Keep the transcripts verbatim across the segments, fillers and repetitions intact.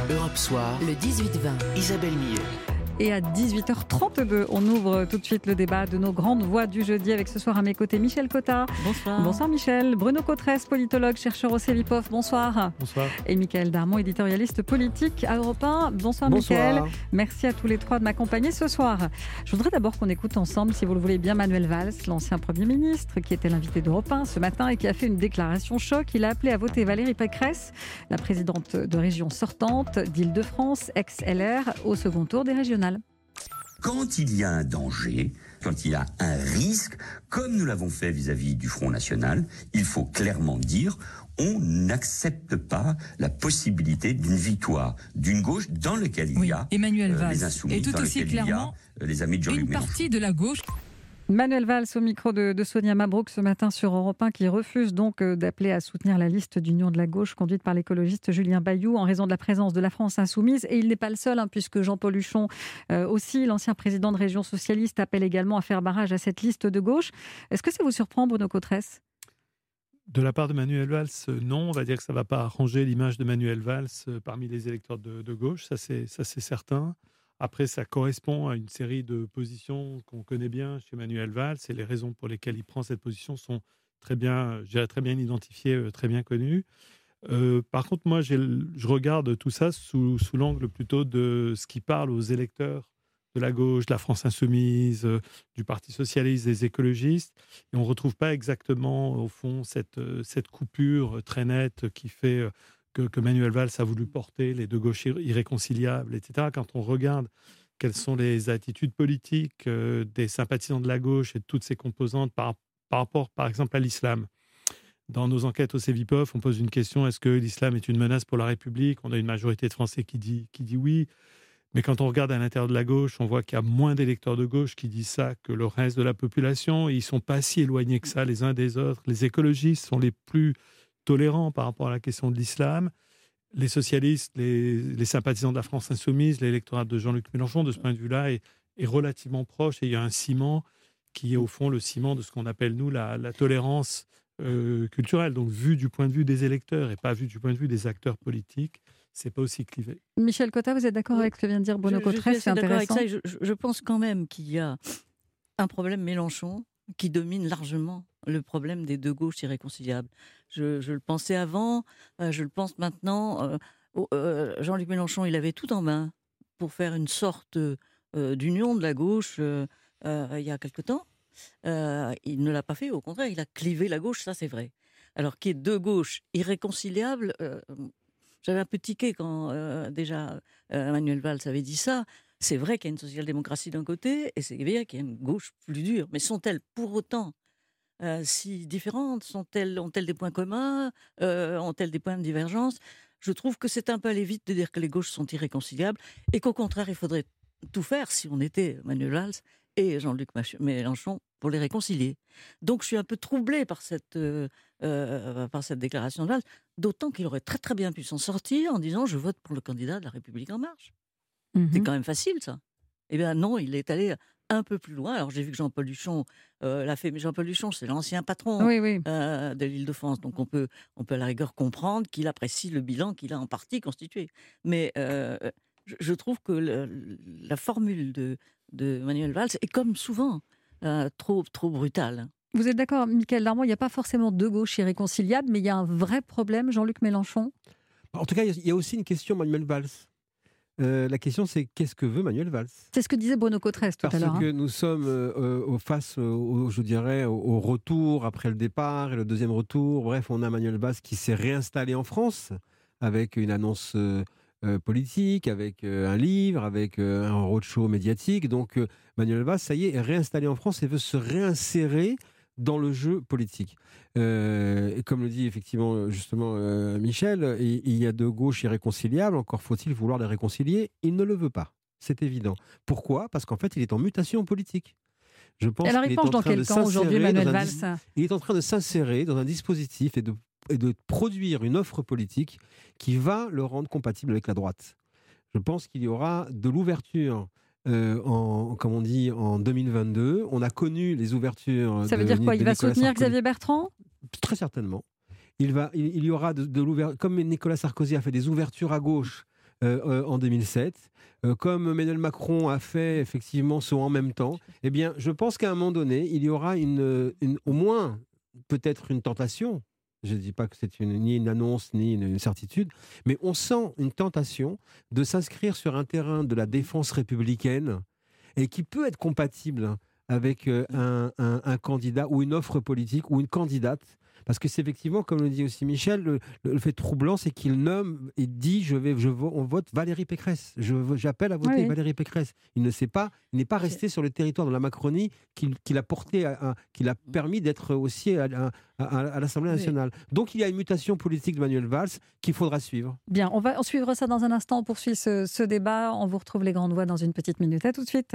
Europe Soir, le dix-huit vingt. Isabelle Millet. Et à dix-huit heures trente-deux, on ouvre tout de suite le débat de nos grandes voix du jeudi avec ce soir à mes côtés Michel Cotta. Bonsoir. Bonsoir Michel. Bruno Cotresse, politologue, chercheur au CEVIPOF. Bonsoir. Bonsoir. Et Mickaël Darmon, éditorialiste politique à Europe un. Bonsoir, Bonsoir. Mickaël. Merci à tous les trois de m'accompagner ce soir. Je voudrais d'abord qu'on écoute ensemble, si vous le voulez bien, Manuel Valls, l'ancien Premier ministre, qui était l'invité d'Europe un ce matin et qui a fait une déclaration choc. Il a appelé à voter Valérie Pécresse, la présidente de région sortante d'Île-de-France, ex-L R, au second tour des régionales. Quand il y a un danger, quand il y a un risque, comme nous l'avons fait vis-à-vis du Front National, il faut clairement dire on n'accepte pas la possibilité d'une victoire d'une gauche dans laquelle il oui, y a Emmanuel Valls. euh, les insoumis, et tout dans aussi laquelle il y a clairement euh, les amis de Jean-Luc une Mélenchon. partie de la gauche. Manuel Valls au micro de, de Sonia Mabrouk ce matin sur Europe un qui refuse donc d'appeler à soutenir la liste d'union de la gauche conduite par l'écologiste Julien Bayou en raison de la présence de la France insoumise. Et il n'est pas le seul hein, puisque Jean-Paul Huchon euh, aussi, l'ancien président de Région socialiste, appelle également à faire barrage à cette liste de gauche. Est-ce que ça vous surprend, Bruno Cotresse ? De la part de Manuel Valls, non. On va dire que ça ne va pas arranger l'image de Manuel Valls parmi les électeurs de, de gauche, ça c'est, ça c'est certain. Après, ça correspond à une série de positions qu'on connaît bien chez Manuel Valls et les raisons pour lesquelles il prend cette position sont très bien, je dirais, très bien identifiées, très bien connues. Euh, par contre, moi, j'ai, je regarde tout ça sous, sous l'angle plutôt de ce qui parle aux électeurs de la gauche, de la France insoumise, euh, du Parti socialiste, des écologistes. Et on ne retrouve pas exactement, au fond, cette, cette coupure très nette qui fait... Euh, Que, que Manuel Valls a voulu porter, les deux gauches irréconciliables, et cetera. Quand on regarde quelles sont les attitudes politiques euh, des sympathisants de la gauche et de toutes ces composantes par, par rapport, par exemple, à l'islam. Dans nos enquêtes au CEVIPOF, on pose une question, est-ce que l'islam est une menace pour la République ? On a une majorité de Français qui dit, qui dit oui. Mais quand on regarde à l'intérieur de la gauche, on voit qu'il y a moins d'électeurs de gauche qui disent ça que le reste de la population. Ils ne sont pas si éloignés que ça les uns des autres. Les écologistes sont les plus tolérants par rapport à la question de l'islam. Les socialistes, les, les sympathisants de la France insoumise, l'électorat de Jean-Luc Mélenchon, de ce point de vue-là, est, est relativement proche. Et il y a un ciment qui est au fond le ciment de ce qu'on appelle, nous, la, la tolérance euh, culturelle. Donc, vu du point de vue des électeurs et pas vu du point de vue des acteurs politiques, c'est pas aussi clivé. Michel Cotta, vous êtes d'accord oui. avec ce que vient de dire Bruno je, Cotresse ? je C'est intéressant. avec ça. Je, je pense quand même qu'il y a un problème Mélenchon qui domine largement le problème des deux gauches irréconciliables. Je, je le pensais avant, euh, je le pense maintenant. Euh, euh, Jean-Luc Mélenchon, il avait tout en main pour faire une sorte euh, d'union de la gauche euh, euh, il y a quelque temps. Euh, il ne l'a pas fait, au contraire, il a clivé la gauche, ça c'est vrai. Alors qu'il y ait deux gauches irréconciliables, euh, j'avais un peu tiqué quand euh, déjà euh, Manuel Valls avait dit ça. C'est vrai qu'il y a une social-démocratie d'un côté et c'est vrai qu'il y a une gauche plus dure. Mais sont-elles pour autant euh, si différentes ? Sont-elles, ont-elles des points communs ? euh, Ont-elles des points de divergence ? Je trouve que c'est un peu aller vite de dire que les gauches sont irréconciliables et qu'au contraire, il faudrait tout faire si on était Manuel Valls et Jean-Luc Mélenchon pour les réconcilier. Donc je suis un peu troublée par cette, euh, euh, par cette déclaration de Valls, d'autant qu'il aurait très très bien pu s'en sortir en disant « je vote pour le candidat de la République En Marche ». Mmh. C'est quand même facile, ça. Eh bien non, il est allé un peu plus loin. Alors j'ai vu que Jean-Paul Huchon euh, l'a fait, mais Jean-Paul Huchon, c'est l'ancien patron oui, oui. Euh, de l'Île-de-France. Donc on peut, on peut à la rigueur comprendre qu'il apprécie le bilan qu'il a en partie constitué. Mais euh, je, je trouve que le, la formule de, de Manuel Valls est comme souvent euh, trop, trop brutale. Vous êtes d'accord, Mickaël Darmon, il n'y a pas forcément deux gauches irréconciliables, mais il y a un vrai problème, Jean-Luc Mélenchon ? En tout cas, il y a aussi une question, Manuel Valls. Euh, la question, c'est qu'est-ce que veut Manuel Valls ? C'est ce que disait Bruno Cotresse tout Parce à l'heure. Parce que hein. nous sommes euh, face, au, je dirais, au, au retour après le départ et le deuxième retour. Bref, on a Manuel Valls qui s'est réinstallé en France avec une annonce euh, euh, politique, avec euh, un livre, avec euh, un roadshow médiatique. Donc, euh, Manuel Valls, ça y est, est réinstallé en France et veut se réinsérer dans le jeu politique. Euh, et comme le dit effectivement justement euh, Michel, il, il y a deux gauches irréconciliables, encore faut-il vouloir les réconcilier. Il ne le veut pas, c'est évident. Pourquoi ? Parce qu'en fait, il est en mutation politique. Je pense Alors qu'il il est penche en dans train quel de camp aujourd'hui, Manuel Valls ? dis... Il est en train de s'insérer dans un dispositif et de, et de produire une offre politique qui va le rendre compatible avec la droite. Je pense qu'il y aura de l'ouverture Euh, en, comme on dit, en deux mille vingt-deux. On a connu les ouvertures. Ça veut de, dire quoi ? Il va Nicolas soutenir Sarkozy. Xavier Bertrand ? Très certainement. Il, va, il, il y aura de, de l'ouverture, comme Nicolas Sarkozy a fait des ouvertures à gauche euh, euh, en deux mille sept, euh, comme Emmanuel Macron a fait effectivement ce en même temps. Eh bien, je pense qu'à un moment donné, il y aura une, une, au moins peut-être une tentation. Je ne dis pas que c'est une, ni une annonce ni une, une certitude, mais on sent une tentation de s'inscrire sur un terrain de la défense républicaine et qui peut être compatible avec euh, un, un, un candidat ou une offre politique ou une candidate. Parce que c'est effectivement, comme le dit aussi Michel, le, le fait troublant, c'est qu'il nomme et dit je vais, je vo- on vote Valérie Pécresse. Je, j'appelle à voter Oui. Valérie Pécresse. Il ne sait pas, il n'est pas resté sur le territoire de la Macronie qu'il, qu'il a porté, à, à, qu'il a permis d'être aussi à, à, à, à l'Assemblée nationale. Oui. Donc il y a une mutation politique de Manuel Valls qu'il faudra suivre. Bien, on va suivre ça dans un instant. On poursuit ce, ce débat. On vous retrouve les grandes voix dans une petite minute. À tout de suite.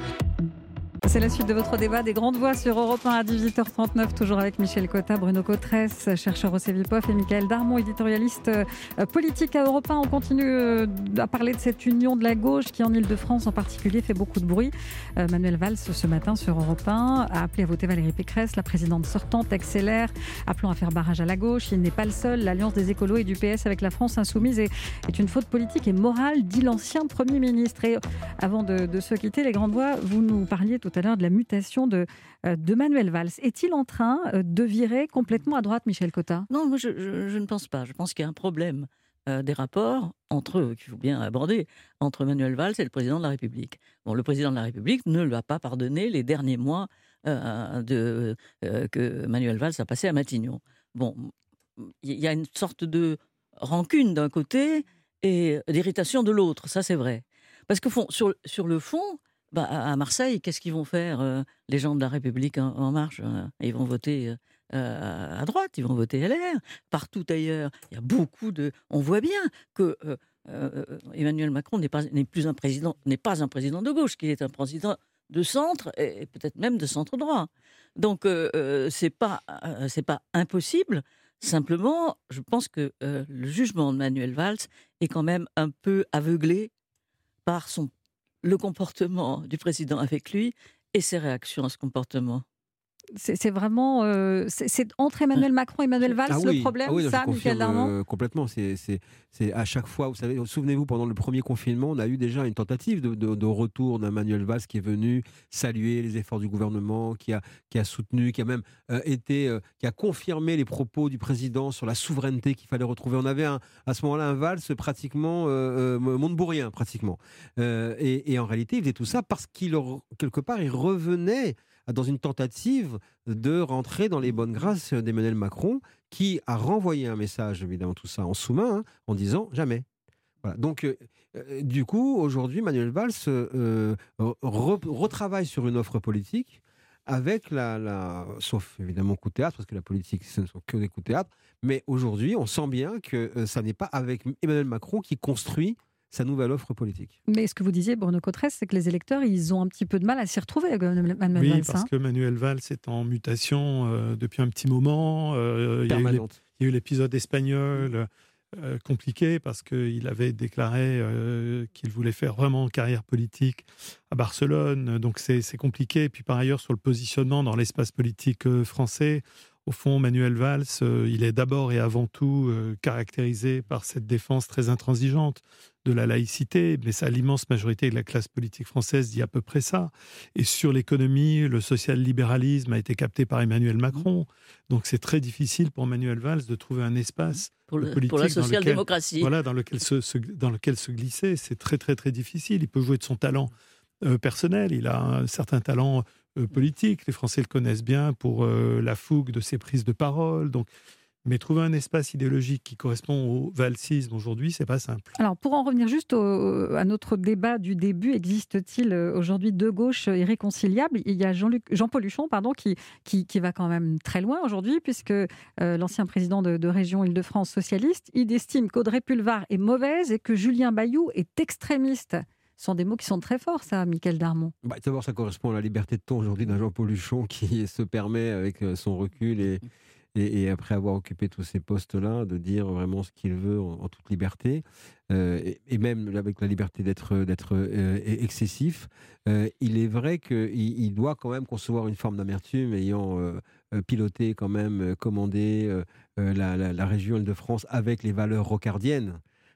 C'est la suite de votre débat des grandes voix sur Europe un à dix-huit heures trente-neuf, toujours avec Michel Cotta, Bruno Cotresse, chercheur au Cevipof, et Michael Darmon, éditorialiste euh, politique à Europe un. On continue euh, à parler de cette union de la gauche qui, en Ile-de-France en particulier, fait beaucoup de bruit. Euh, Manuel Valls, ce matin sur Europe un, a appelé à voter Valérie Pécresse, la présidente sortante, accélère, appelant à faire barrage à la gauche. Il n'est pas le seul. L'alliance des écolos et du P S avec la France insoumise est, est une faute politique et morale, dit l'ancien Premier ministre. Et avant de, de se quitter, les grandes voix, vous nous parliez tout à l'heure de la mutation de, de Manuel Valls. Est-il en train de virer complètement à droite, Michel Cotta ? Non, moi je, je, je ne pense pas. Je pense qu'il y a un problème euh, des rapports entre eux, qu'il faut bien aborder, entre Manuel Valls et le président de la République. Bon, le président de la République ne lui a pas pardonné les derniers mois euh, de, euh, que Manuel Valls a passé à Matignon. Bon, il y a une sorte de rancune d'un côté et d'irritation de l'autre, ça c'est vrai. Parce que fond, sur, sur le fond, bah, à Marseille, qu'est-ce qu'ils vont faire, euh, les gens de la République en, en marche euh, Ils vont voter euh, à droite, ils vont voter L R. Partout ailleurs, il y a beaucoup de... On voit bien que euh, euh, Emmanuel Macron n'est pas, n'est plus un président, n'est pas un président de gauche, qu'il est un président de centre et peut-être même de centre droit. Donc, euh, euh, c'est pas, euh, c'est pas impossible. Simplement, je pense que euh, le jugement de Manuel Valls est quand même un peu aveuglé par son le comportement du président avec lui et ses réactions à ce comportement. C'est, c'est vraiment... Euh, c'est, c'est entre Emmanuel Macron et Emmanuel Valls ah oui, le problème, ah oui, non, ça, Michael Darmon euh, complètement. C'est, c'est, c'est à chaque fois, vous savez, souvenez-vous, pendant le premier confinement, on a eu déjà une tentative de, de, de retour d'un Manuel Valls qui est venu saluer les efforts du gouvernement, qui a, qui a soutenu, qui a même euh, été, euh, qui a confirmé les propos du président sur la souveraineté qu'il fallait retrouver. On avait un, à ce moment-là un Valls pratiquement euh, euh, montebourgien, pratiquement. Euh, et, et en réalité, il faisait tout ça parce qu'il, quelque part, il revenait dans une tentative de rentrer dans les bonnes grâces d'Emmanuel Macron, qui a renvoyé un message, évidemment, tout ça en sous-main, hein, en disant jamais. Voilà. Donc, euh, euh, du coup, aujourd'hui, Manuel Valls euh, re- retravaille sur une offre politique, avec la, la... sauf évidemment coup de théâtre, parce que la politique, ce ne sont que des coups de théâtre, mais aujourd'hui, on sent bien que euh, ça n'est pas avec Emmanuel Macron qui construit sa nouvelle offre politique. Mais ce que vous disiez, Bruno Cotresse, c'est que les électeurs, ils ont un petit peu de mal à s'y retrouver, Manuel Valls. Oui, parce hein. que Manuel Valls est en mutation euh, depuis un petit moment. Euh, Permanente. Il y a eu l'épisode espagnol euh, compliqué parce qu'il avait déclaré euh, qu'il voulait faire vraiment carrière politique à Barcelone. Donc c'est, c'est compliqué. Et puis par ailleurs, sur le positionnement dans l'espace politique euh, français, au fond, Manuel Valls, euh, il est d'abord et avant tout euh, caractérisé par cette défense très intransigeante de la laïcité, mais ça, l'immense majorité de la classe politique française dit à peu près ça. Et sur l'économie, le social-libéralisme a été capté par Emmanuel Macron. Donc c'est très difficile pour Manuel Valls de trouver un espace pour, le, politique pour la social-démocratie. Voilà, dans lequel se, se, dans lequel se glisser. C'est très, très, très difficile. Il peut jouer de son talent euh, personnel. Il a un certain talent euh, politique. Les Français le connaissent bien pour euh, la fougue de ses prises de parole. Donc, mais trouver un espace idéologique qui correspond au valsisme aujourd'hui, c'est pas simple. Alors, pour en revenir juste au, à notre débat du début, existe-t-il aujourd'hui deux gauches irréconciliables ? Il y a Jean-Luc, Jean-Paul Huchon, pardon, qui, qui, qui va quand même très loin aujourd'hui, puisque euh, l'ancien président de, de région Île-de-France socialiste, il estime qu'Audrey Pulvar est mauvaise et que Julien Bayou est extrémiste. Ce sont des mots qui sont très forts, ça, Michael Darmon. Bah, d'abord, ça correspond à la liberté de ton aujourd'hui d'un Jean-Paul Huchon qui se permet, avec son recul et Et, et après avoir occupé tous ces postes-là, de dire vraiment ce qu'il veut en, en toute liberté, euh, et, et même avec la liberté d'être, d'être euh, excessif, euh, il est vrai qu'il il doit quand même concevoir une forme d'amertume, ayant euh, piloté quand même, commandé euh, la, la, la région Île-de-France avec les valeurs rocardiennes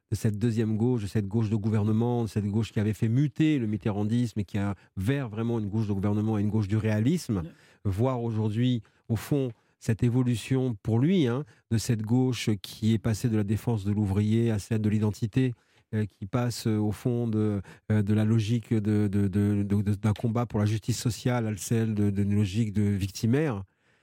de cette deuxième gauche, de cette gauche de gouvernement, de cette gauche qui avait fait muter le mitterrandisme et qui a vers vraiment une gauche de gouvernement et une gauche du réalisme, oui. Voir aujourd'hui, au fond, cette évolution pour lui, hein, de cette gauche qui est passée de la défense de l'ouvrier à celle de l'identité, euh, qui passe euh, au fond de, euh, de la logique de, de, de, de, de, d'un combat pour la justice sociale à celle de, d'une logique de victimaire,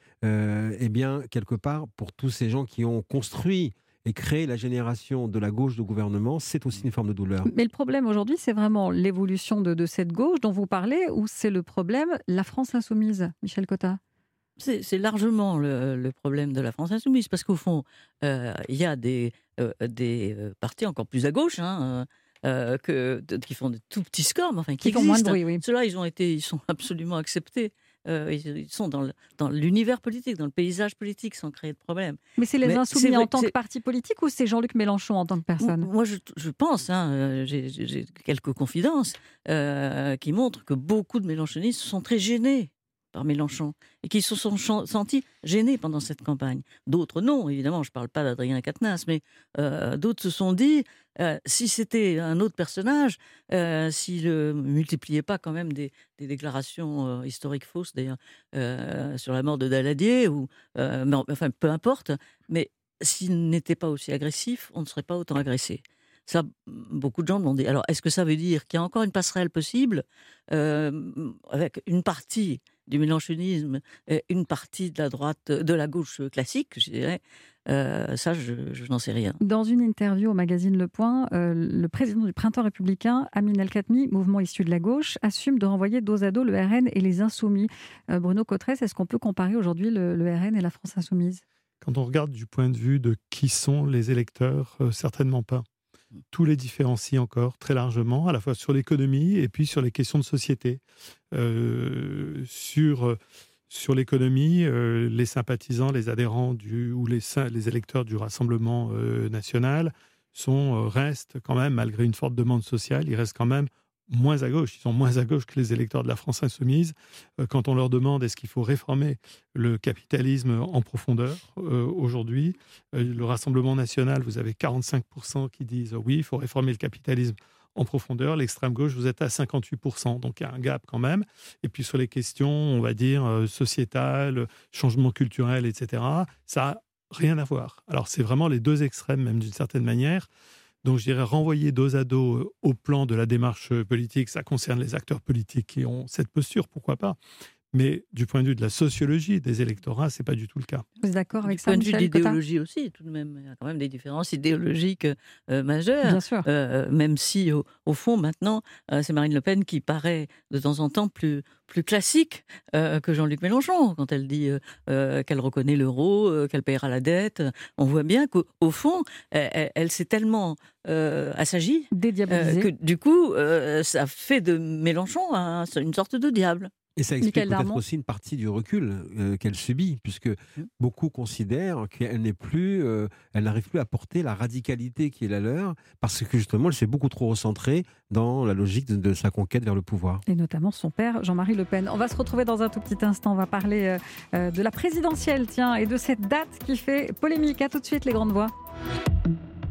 euh, eh bien, quelque part, pour tous ces gens qui ont construit et créé la génération de la gauche de gouvernement, c'est aussi une forme de douleur. Mais le problème aujourd'hui, c'est vraiment l'évolution de, de cette gauche dont vous parlez, ou c'est le problème la France insoumise, Michel Cotta? C'est, c'est largement le, le problème de la France insoumise, parce qu'au fond, il euh, y a des, euh, des partis encore plus à gauche, hein, euh, que, de, qui font de tout petits scores, mais enfin qui, qui font moins de bruit, oui. Ceux-là, ils ont été, ils sont absolument acceptés. Euh, ils sont dans, le, dans l'univers politique, dans le paysage politique, sans créer de problème. Mais c'est les mais Insoumis c'est, en tant c'est... que parti politique, ou c'est Jean-Luc Mélenchon en tant que personne? Moi, je, je pense, hein, j'ai, j'ai quelques confidences euh, qui montrent que beaucoup de mélenchonistes sont très gênés par Mélenchon, et qui se sont ch- sentis gênés pendant cette campagne. D'autres non, évidemment, je ne parle pas d'Adrien Quatennens, mais euh, d'autres se sont dit, euh, si c'était un autre personnage, euh, s'il ne multipliait pas quand même des, des déclarations euh, historiques fausses, d'ailleurs, euh, sur la mort de Daladier, ou, euh, mais, enfin, peu importe, mais s'il n'était pas aussi agressif, on ne serait pas autant agressé. Ça, beaucoup de gens m'ont dit. Alors, est-ce que ça veut dire qu'il y a encore une passerelle possible euh, avec une partie du mélenchonisme et une partie de la droite, de la gauche classique, je dirais? Euh, ça, je, je n'en sais rien. Dans une interview au magazine Le Point, euh, le président du Printemps républicain, Amin El-Khatmi, mouvement issu de la gauche, assume de renvoyer dos à dos le R N et les Insoumis. Euh, Bruno Cotresse, est-ce qu'on peut comparer aujourd'hui le, le R N et la France Insoumise? Quand on regarde du point de vue de qui sont les électeurs, euh, certainement pas. Tous les différencient encore très largement, à la fois sur l'économie et puis sur les questions de société. Euh, sur, sur l'économie, euh, les sympathisants, les adhérents du, ou les, les électeurs du Rassemblement euh, national sont, euh, restent quand même, malgré une forte demande sociale, ils restent quand même moins à gauche. Ils sont moins à gauche que les électeurs de la France insoumise. Euh, quand on leur demande est-ce qu'il faut réformer le capitalisme en profondeur, euh, aujourd'hui, euh, le Rassemblement national, vous avez quarante-cinq pour cent qui disent euh, oui, il faut réformer le capitalisme en profondeur. L'extrême gauche, vous êtes à cinquante-huit pour cent. Donc il y a un gap quand même. Et puis sur les questions, on va dire, euh, sociétales, changement culturel, et cetera, ça n'a rien à voir. Alors c'est vraiment les deux extrêmes, même d'une certaine manière. Donc, je dirais renvoyer dos à dos au plan de la démarche politique, ça concerne les acteurs politiques qui ont cette posture, pourquoi pas. Mais du point de vue de la sociologie des électorats, ce n'est pas du tout le cas. Vous êtes d'accord avec du ça, point de vue de Michel l'idéologie aussi, tout de même. Il y a quand même des différences idéologiques euh, majeures. Bien sûr. Euh, même si, au, au fond, maintenant, euh, c'est Marine Le Pen qui paraît de temps en temps plus, plus classique euh, que Jean-Luc Mélenchon, quand elle dit euh, euh, qu'elle reconnaît l'euro, euh, qu'elle paiera la dette. On voit bien qu'au au fond, elle, elle s'est tellement euh, assagie dédiabolisée euh, que du coup, euh, ça fait de Mélenchon un, une sorte de diable. Et ça explique peut-être aussi une partie du recul euh, qu'elle subit, puisque beaucoup considèrent qu'elle n'est plus, euh, elle n'arrive plus à porter la radicalité qui est la leur, parce que justement, elle s'est beaucoup trop recentrée dans la logique de, de sa conquête vers le pouvoir. Et notamment son père, Jean-Marie Le Pen. On va se retrouver dans un tout petit instant. On va parler euh, de la présidentielle, tiens, et de cette date qui fait polémique. À tout de suite, les grandes voix.